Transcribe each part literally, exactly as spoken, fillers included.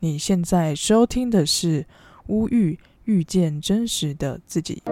你现在收听的是乌玉遇见真实的自己。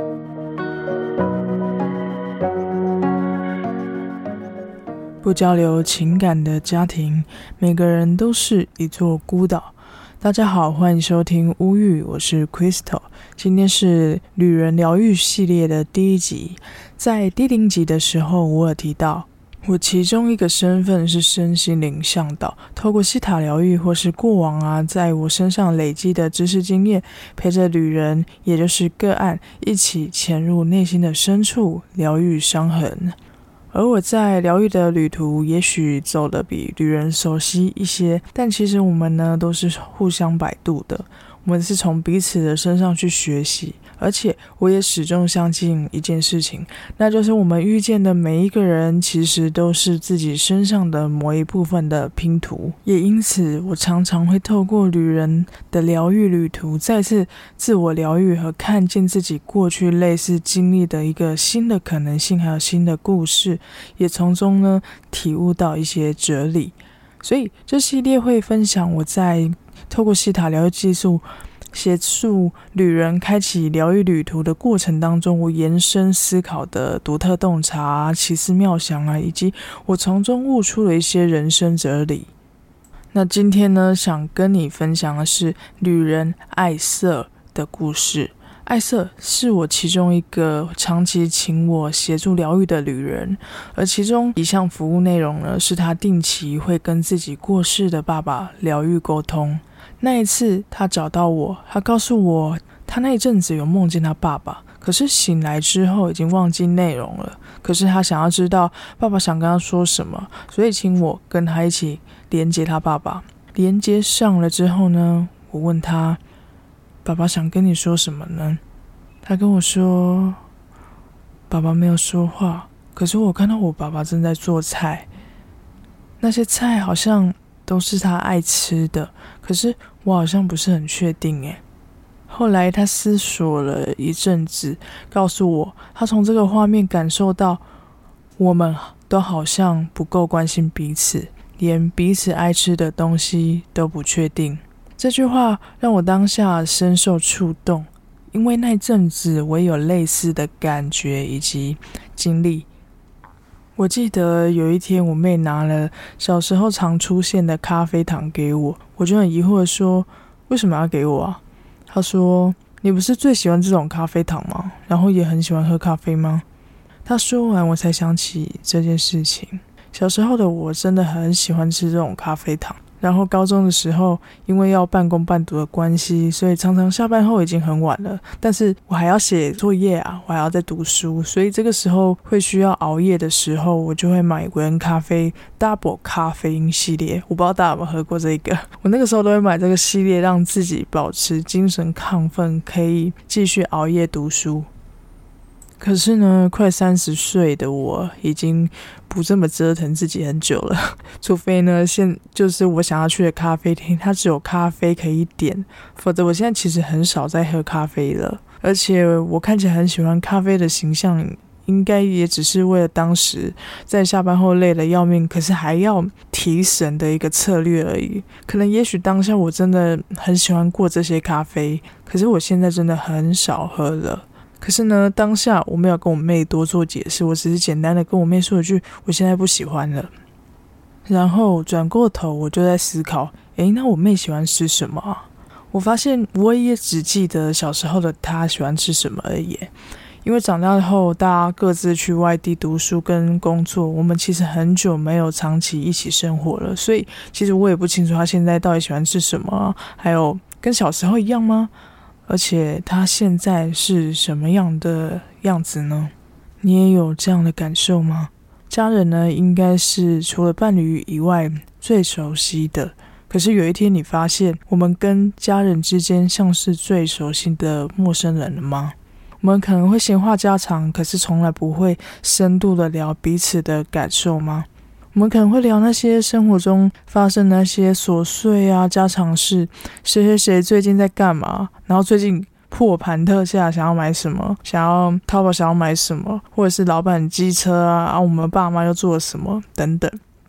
不交流情感的家庭，每个人都是一座孤岛。大家好，欢迎收听乌玉，我是 Crystal。 今天是旅人疗愈系列的第一集。在第零集的时候，我有提到我其中一个身份是身心灵向导，透过西塔疗愈或是过往啊在我身上累积的知识经验，陪着旅人也就是个案一起潜入内心的深处，疗愈伤痕。而我在疗愈的旅途也许走得比旅人熟悉一些，但其实我们呢都是互相摆渡的，我们是从彼此的身上去学习。而且我也始终相信一件事情，那就是我们遇见的每一个人其实都是自己身上的某一部分的拼图。也因此我常常会透过旅人的疗愈旅途再次自我疗愈和看见自己过去类似经历的一个新的可能性，还有新的故事，也从中呢体悟到一些哲理。所以这系列会分享我在透过西塔疗愈技术协助旅人开启疗愈旅途的过程当中，我延伸思考的独特洞察啊、奇思妙想啊，以及我从中悟出了一些人生哲理。那今天呢，想跟你分享的是旅人艾瑟的故事。艾瑟是我其中一个长期请我协助疗愈的旅人，而其中一项服务内容呢，是他定期会跟自己过世的爸爸疗愈沟通。那一次他找到我，他告诉我他那一阵子有梦见他爸爸，可是醒来之后已经忘记内容了，可是他想要知道爸爸想跟他说什么，所以请我跟他一起连接他爸爸。连接上了之后呢，我问他，爸爸想跟你说什么呢？他跟我说，爸爸没有说话，可是我看到我爸爸正在做菜，那些菜好像都是他爱吃的，可是我好像不是很确定耶。后来他思索了一阵子，告诉我他从这个画面感受到我们都好像不够关心彼此，连彼此爱吃的东西都不确定。这句话让我当下深受触动，因为那阵子我也有类似的感觉以及经历。我记得有一天我妹拿了小时候常出现的咖啡糖给我，我就很疑惑地说，为什么要给我啊？她说，你不是最喜欢这种咖啡糖吗？然后也很喜欢喝咖啡吗？她说完我才想起这件事情。小时候的我真的很喜欢吃这种咖啡糖，然后高中的时候因为要半工半读的关系，所以常常下班后已经很晚了，但是我还要写作业啊，我还要再读书，所以这个时候会需要熬夜的时候，我就会买维恩咖啡 Double 咖啡因系列。我不知道大家有没有喝过这个，我那个时候都会买这个系列，让自己保持精神亢奋，可以继续熬夜读书。可是呢，快三十岁的我已经不这么折腾自己很久了，除非呢，现就是我想要去的咖啡厅，它只有咖啡可以点，否则我现在其实很少在喝咖啡了。而且我看起来很喜欢咖啡的形象，应该也只是为了当时在下班后累得要命，可是还要提神的一个策略而已。可能也许当下我真的很喜欢过这些咖啡，可是我现在真的很少喝了。可是呢，当下我没有跟我妹多做解释，我只是简单的跟我妹说一句，我现在不喜欢了。然后转过头，我就在思考，诶，那我妹喜欢吃什么啊？我发现我也只记得小时候的她喜欢吃什么而已。因为长大后大家各自去外地读书跟工作，我们其实很久没有长期一起生活了，所以其实我也不清楚她现在到底喜欢吃什么啊，还有跟小时候一样吗？而且他现在是什么样的样子呢？你也有这样的感受吗？家人呢，应该是除了伴侣以外最熟悉的，可是有一天你发现我们跟家人之间像是最熟悉的陌生人了吗？我们可能会闲话家常，可是从来不会深度的聊彼此的感受吗？我们可能会聊那些生活中发生那些琐碎啊家常事，谁谁谁最近在干嘛，然后最近破盘特价想要买什么，想要淘宝想要买什么，或者是老板机车啊，啊我们爸妈又做了什么等等。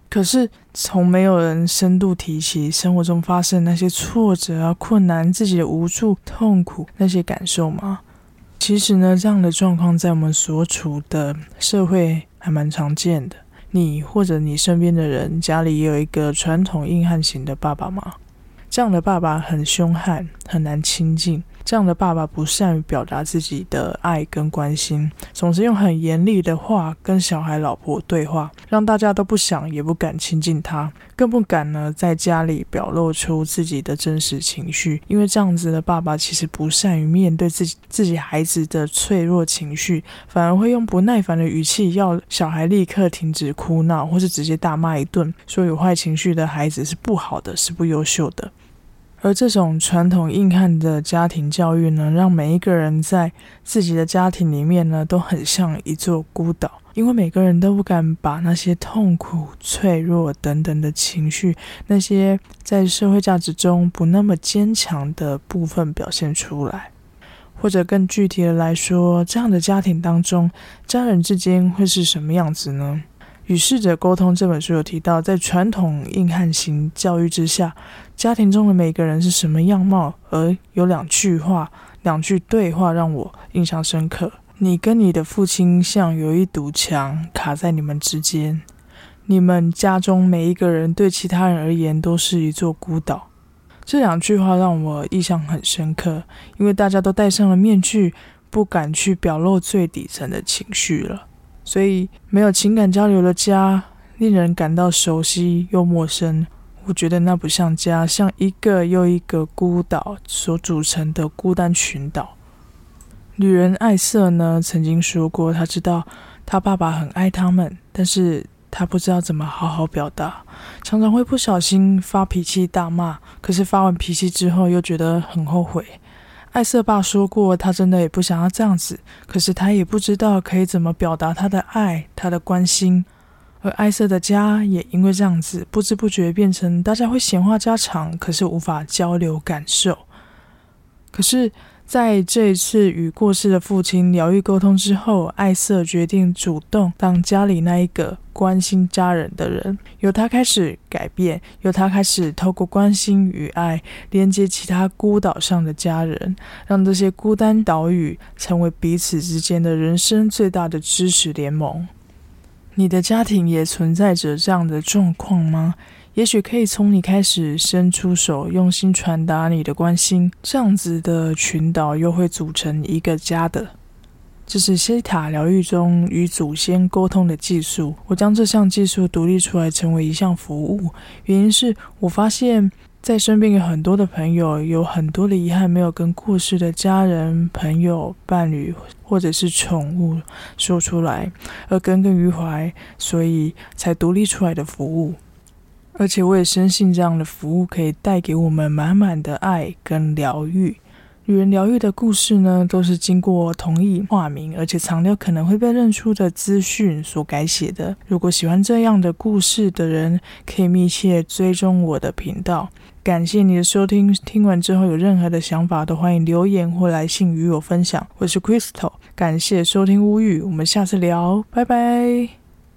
可是从没有人深度提起生活中发生那些挫折啊、困难、自己的无助、痛苦那些感受吗？其实呢，这样的状况在我们所处的社会还蛮常见的。你或者你身边的人家里也有一个传统硬汉型的爸爸吗？这样的爸爸很凶悍，很难亲近。这样的爸爸不善于表达自己的爱跟关心，总是用很严厉的话跟小孩老婆对话，让大家都不想也不敢亲近他，更不敢呢在家里表露出自己的真实情绪。因为这样子的爸爸其实不善于面对自己自己孩子的脆弱情绪，反而会用不耐烦的语气要小孩立刻停止哭闹，或是直接大骂一顿，说有坏情绪的孩子是不好的，是不优秀的。而这种传统硬汉的家庭教育呢，让每一个人在自己的家庭里面呢，都很像一座孤岛，因为每个人都不敢把那些痛苦、脆弱等等的情绪，那些在社会价值中不那么坚强的部分表现出来。或者更具体的来说，这样的家庭当中，家人之间会是什么样子呢？与逝者沟通这本书有提到，在传统硬汉型教育之下，家庭中的每个人是什么样貌，而有两句话两句对话让我印象深刻。你跟你的父亲像有一堵墙卡在你们之间，你们家中每一个人对其他人而言都是一座孤岛。这两句话让我印象很深刻，因为大家都戴上了面具，不敢去表露最底层的情绪了。所以没有情感交流的家，令人感到熟悉又陌生。我觉得那不像家，像一个又一个孤岛所组成的孤单群岛。女人艾瑟呢，曾经说过，她知道她爸爸很爱他们，但是她不知道怎么好好表达，常常会不小心发脾气大骂，可是发完脾气之后又觉得很后悔。艾瑟爸说过，他真的也不想要这样子，可是他也不知道可以怎么表达他的爱，他的关心。而艾瑟的家也因为这样子，不知不觉变成大家会闲话家常，可是无法交流感受。可是在这一次与过世的父亲疗愈沟通之后，艾瑟决定主动当家里那一个关心家人的人，由他开始改变，由他开始透过关心与爱连接其他孤岛上的家人，让这些孤单岛屿成为彼此之间的人生最大的支持联盟。你的家庭也存在着这样的状况吗？也许可以从你开始伸出手，用心传达你的关心，这样子的群岛又会组成一个家的。这是西塔疗愈中与祖先沟通的技术，我将这项技术独立出来成为一项服务，原因是我发现在身边有很多的朋友，有很多的遗憾没有跟过世的家人、朋友、伴侣或者是宠物说出来，而耿耿于怀，所以才独立出来的服务。而且我也深信这样的服务可以带给我们满满的爱跟疗愈。女人疗愈的故事呢，都是经过同意化名，而且藏留可能会被认出的资讯所改写的。如果喜欢这样的故事的人，可以密切追踪我的频道。感谢你的收听，听完之后有任何的想法都欢迎留言或来信与我分享。我是 Crystal， 感谢收听巫语，我们下次聊，拜拜。